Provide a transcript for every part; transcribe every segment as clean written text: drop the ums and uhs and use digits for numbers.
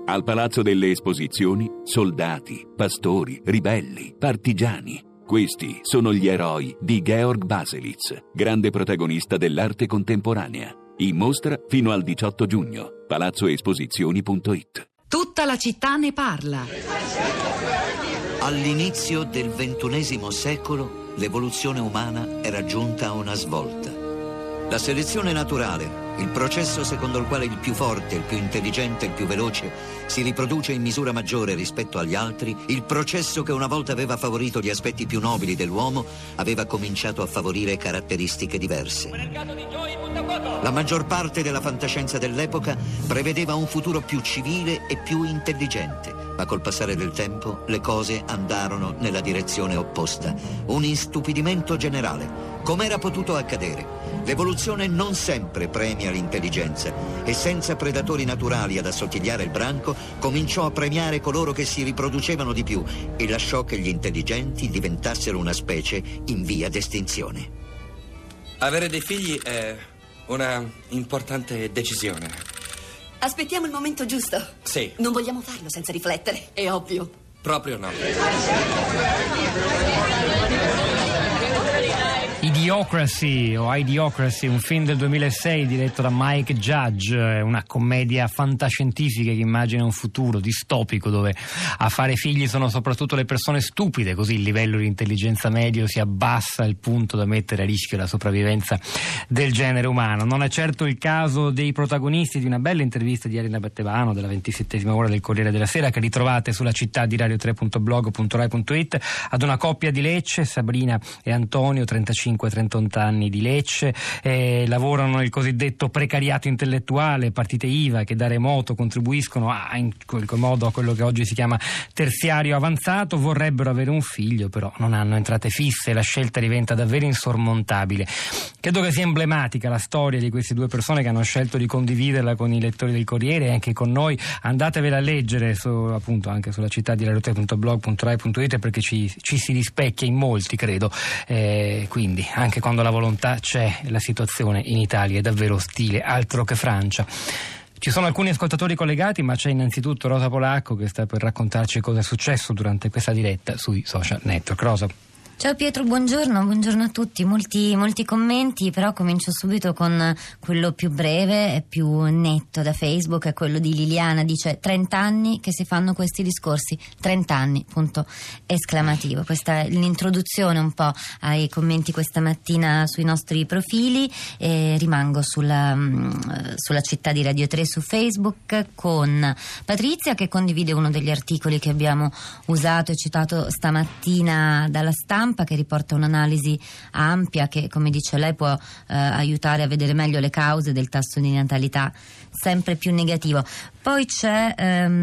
Al Palazzo delle Esposizioni, soldati, pastori, ribelli, partigiani. Questi sono gli eroi di Georg Baselitz, grande protagonista dell'arte contemporanea. In mostra fino al 18 giugno. palazzoesposizioni.it. Tutta la città ne parla. All'inizio del XXI secolo, l'evoluzione umana era giunta a una svolta. La selezione naturale, il processo secondo il quale il più forte, il più intelligente, il più veloce si riproduce in misura maggiore rispetto agli altri, il processo che una volta aveva favorito gli aspetti più nobili dell'uomo, aveva cominciato a favorire caratteristiche diverse. La maggior parte della fantascienza dell'epoca prevedeva un futuro più civile e più intelligente, ma col passare del tempo le cose andarono nella direzione opposta. Un istupidimento generale. Com'era potuto accadere? L'evoluzione non sempre premia l'intelligenza e senza predatori naturali ad assottigliare il branco cominciò a premiare coloro che si riproducevano di più e lasciò che gli intelligenti diventassero una specie in via d'estinzione. Avere dei figli è una importante decisione. Aspettiamo il momento giusto. Sì. Non vogliamo farlo senza riflettere, è ovvio. Proprio no. Idiocracy o Idiocracy, un film del 2006 diretto da Mike Judge, una commedia fantascientifica che immagina un futuro distopico dove a fare figli sono soprattutto le persone stupide, così il livello di intelligenza medio si abbassa al punto da mettere a rischio la sopravvivenza del genere umano. Non è certo il caso dei protagonisti di una bella intervista di Elena Battevano della 27esima ora del Corriere della Sera, che ritrovate sulla città di radio3.blog.rai.it, ad una coppia di Lecce, Sabrina e Antonio, 35-38 anni di Lecce, lavorano nel cosiddetto precariato intellettuale, partite IVA che da remoto contribuiscono in qualche modo a quello che oggi si chiama terziario avanzato, vorrebbero avere un figlio, però non hanno entrate fisse e la scelta diventa davvero insormontabile. Credo che sia emblematica la storia di queste due persone che hanno scelto di condividerla con i lettori del Corriere e anche con noi. Andatevela a leggere appunto anche sulla città di radio3.blog.rai.it, perché ci si rispecchia in molti, credo. Quindi anche quando la volontà c'è, la situazione in Italia è davvero ostile, altro che Francia. Ci sono alcuni ascoltatori collegati, ma c'è innanzitutto Rosa Polacco che sta per raccontarci cosa è successo durante questa diretta sui social network. Rosa. Ciao Pietro, buongiorno a tutti, molti commenti, però comincio subito con quello più breve e più netto da Facebook, è quello di Liliana, dice 30 anni che si fanno questi discorsi, 30 anni, punto esclamativo. Questa è l'introduzione un po' ai commenti questa mattina sui nostri profili, e rimango sulla città di Radio 3 su Facebook con Patrizia che condivide uno degli articoli che abbiamo usato e citato stamattina dalla Stampa, che riporta un'analisi ampia che, come dice lei, può aiutare a vedere meglio le cause del tasso di natalità sempre più negativo. Poi c'è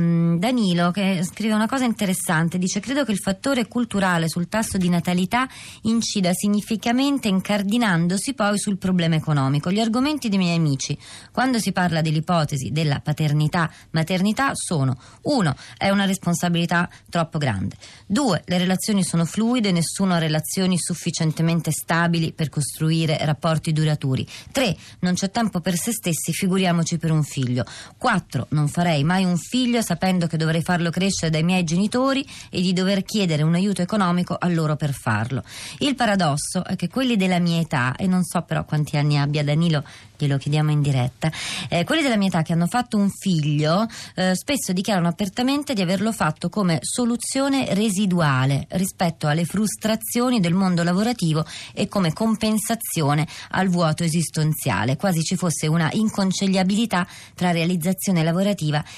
Danilo che scrive una cosa interessante, dice: credo che il fattore culturale sul tasso di natalità incida significativamente incardinandosi poi sul problema economico. Gli argomenti dei miei amici quando si parla dell'ipotesi della paternità-maternità sono: 1. È una responsabilità troppo grande; 2. Le relazioni sono fluide, nessuno ha relazioni sufficientemente stabili per costruire rapporti duraturi; 3. Non c'è tempo per se stessi, figuriamoci per un figlio; 4. Non farei mai un figlio sapendo che dovrei farlo crescere dai miei genitori e di dover chiedere un aiuto economico a loro per farlo. Il paradosso è che quelli della mia età, e non so però quanti anni abbia Danilo, glielo chiediamo in diretta, quelli della mia età che hanno fatto un figlio spesso dichiarano apertamente di averlo fatto come soluzione residuale rispetto alle frustrazioni del mondo lavorativo e come compensazione al vuoto esistenziale, quasi ci fosse una inconciliabilità tra realizzazione lavorativa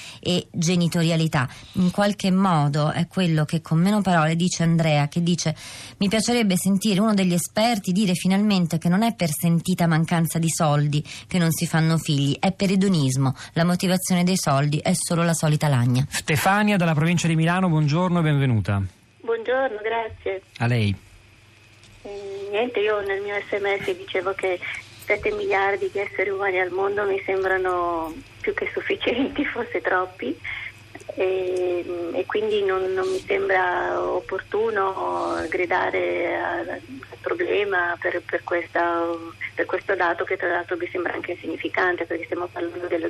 e genitorialità. In qualche modo è quello che con meno parole dice Andrea, che dice: mi piacerebbe sentire uno degli esperti dire finalmente che non è per sentita mancanza di soldi che non si fanno figli, è per edonismo, la motivazione dei soldi è solo la solita lagna. Stefania dalla provincia di Milano, buongiorno e benvenuta. Buongiorno, grazie. A lei. Niente, io nel mio SMS dicevo che 7 miliardi di esseri umani al mondo mi sembrano più che sufficienti, forse troppi, e quindi non mi sembra opportuno gridare al problema per questo dato, che tra l'altro mi sembra anche insignificante, perché stiamo parlando dello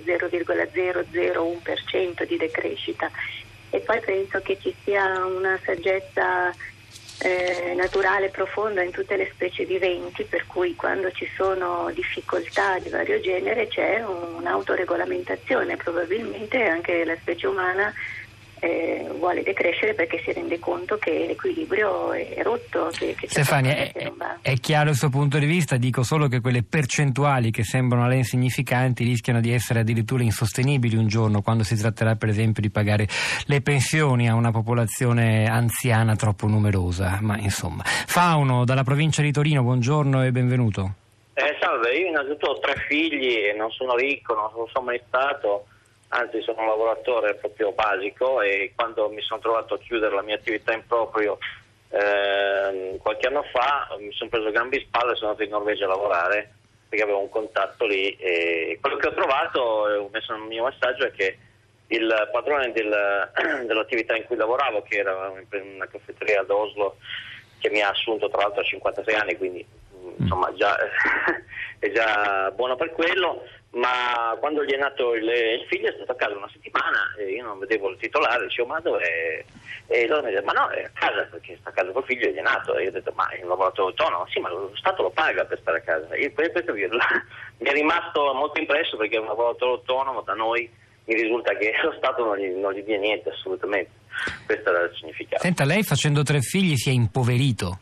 0,001% di decrescita. E poi penso che ci sia una saggezza naturale profonda in tutte le specie viventi, per cui quando ci sono difficoltà di vario genere c'è un'autoregolamentazione. Probabilmente anche la specie umana vuole decrescere perché si rende conto che l'equilibrio è rotto. Stefania, è chiaro il suo punto di vista, dico solo che quelle percentuali che sembrano a lei insignificanti rischiano di essere addirittura insostenibili un giorno, quando si tratterà per esempio di pagare le pensioni a una popolazione anziana troppo numerosa. Ma insomma, Fauno dalla provincia di Torino, buongiorno e benvenuto. Salve, io innanzitutto ho 3 figli e non sono ricco, non sono mai stato, anzi sono un lavoratore proprio basico, e quando mi sono trovato a chiudere la mia attività in proprio qualche anno fa mi sono preso gambe in spalle e sono andato in Norvegia a lavorare perché avevo un contatto lì, e quello che ho trovato, ho messo nel mio messaggio, è che il padrone dell'attività in cui lavoravo, che era una caffetteria ad Oslo, che mi ha assunto tra l'altro a 56 anni, quindi insomma è già buono per quello, ma quando gli è nato il figlio è stato a casa una settimana e io non vedevo il titolare, dicevo ma dove? E loro mi dicono ma no, è a casa, perché sta a casa col figlio e gli è nato. E io ho detto ma è un lavoratore autonomo? Sì, ma lo Stato lo paga per stare a casa. E questo mi è rimasto molto impresso, perché è un lavoratore autonomo, da noi mi risulta che lo Stato non gli dia niente assolutamente. Questo era il significato. Senta, lei facendo 3 figli si è impoverito?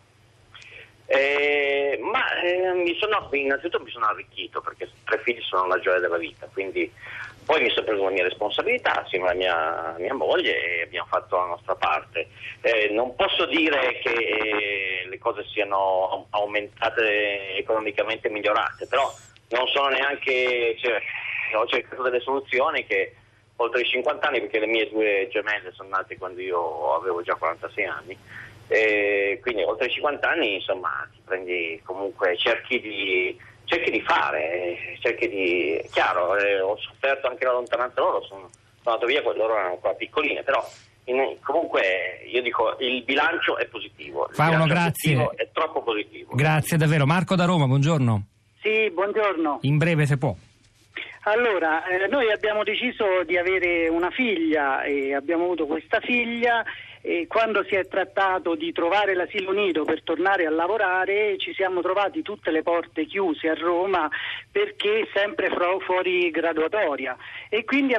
Innanzitutto mi sono arricchito, perché 3 figli sono la gioia della vita, quindi poi mi sono preso la mia responsabilità assieme alla mia moglie e abbiamo fatto la nostra parte. Non posso dire che le cose siano aumentate economicamente, migliorate, però non sono neanche, ho cercato delle soluzioni che oltre i 50 anni, perché le mie 2 gemelle sono nate quando io avevo già 46 anni, quindi oltre i 50 anni insomma ti prendi, comunque cerchi di fare, chiaro, ho sofferto anche la lontananza loro, sono andato via quando loro erano ancora piccoline, però comunque io dico il bilancio è positivo. Fauno, grazie. È troppo positivo. Grazie davvero. Marco da Roma, buongiorno. Sì, buongiorno. In breve se può. Allora, noi abbiamo deciso di avere una figlia e abbiamo avuto questa figlia, e quando si è trattato di trovare l'asilo nido per tornare a lavorare ci siamo trovati tutte le porte chiuse a Roma, perché sempre fuori graduatoria, e quindi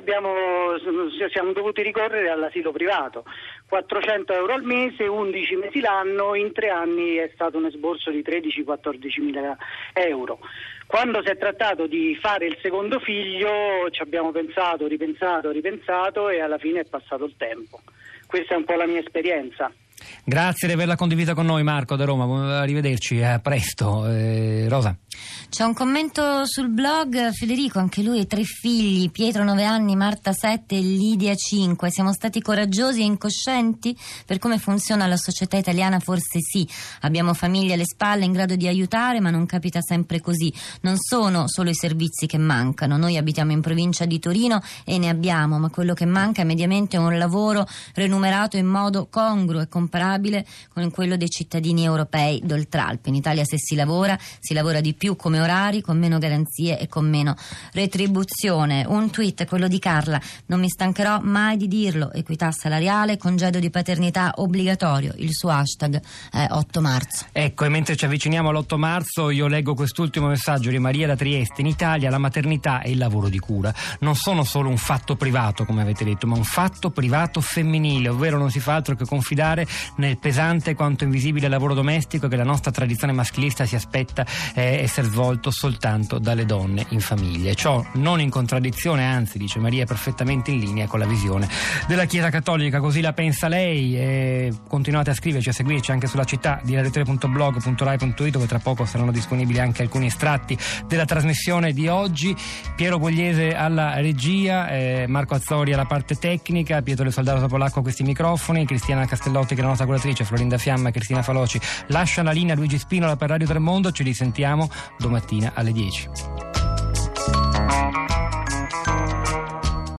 siamo dovuti ricorrere all'asilo privato. 400 euro al mese, 11 mesi l'anno, in 3 anni è stato un esborso di 13-14 mila euro. Quando si è trattato di fare il secondo figlio ci abbiamo pensato, ripensato e alla fine è passato il tempo. Questa è un po' la mia esperienza. Grazie di averla condivisa con noi, Marco da Roma. Arrivederci, a presto. Rosa. C'è un commento sul blog. Federico, anche lui, 3 figli, Pietro 9 anni, Marta 7 e Lidia 5. Siamo stati coraggiosi e incoscienti? Per come funziona la società italiana forse sì. Abbiamo famiglie alle spalle in grado di aiutare, ma non capita sempre così. Non sono solo i servizi che mancano. Noi abitiamo in provincia di Torino e ne abbiamo, ma quello che manca è mediamente un lavoro remunerato in modo congruo e comparabile con quello dei cittadini europei d'Oltralpe. In Italia se si lavora di più come orari, con meno garanzie e con meno retribuzione. Un tweet, quello di Carla: non mi stancherò mai di dirlo, equità salariale, congedo di paternità obbligatorio. Il suo hashtag è 8 marzo. Ecco, e mentre ci avviciniamo all'8 marzo io leggo quest'ultimo messaggio di Maria da Trieste. In Italia la maternità e il lavoro di cura non sono solo un fatto privato, come avete detto, ma un fatto privato femminile, ovvero non si fa altro che confidare nel pesante quanto invisibile lavoro domestico che la nostra tradizione maschilista si aspetta essere svolto soltanto dalle donne in famiglia. Ciò non in contraddizione, anzi, dice Maria, è perfettamente in linea con la visione della Chiesa Cattolica. Così la pensa lei. Continuate a scriverci, a seguirci anche sulla città di radiotelevisione.blog.rai.it, dove tra poco saranno disponibili anche alcuni estratti della trasmissione di oggi. Piero Pugliese alla regia, Marco Azzori alla parte tecnica, Pietro del Soldato Topolacco a questi microfoni, Cristiana Castellotti che è la nostra curatrice, Florinda Fiamma e Cristina Faloci lascia la linea, Luigi Spinola per Radio Tremondo. Ci risentiamo domattina alle 10.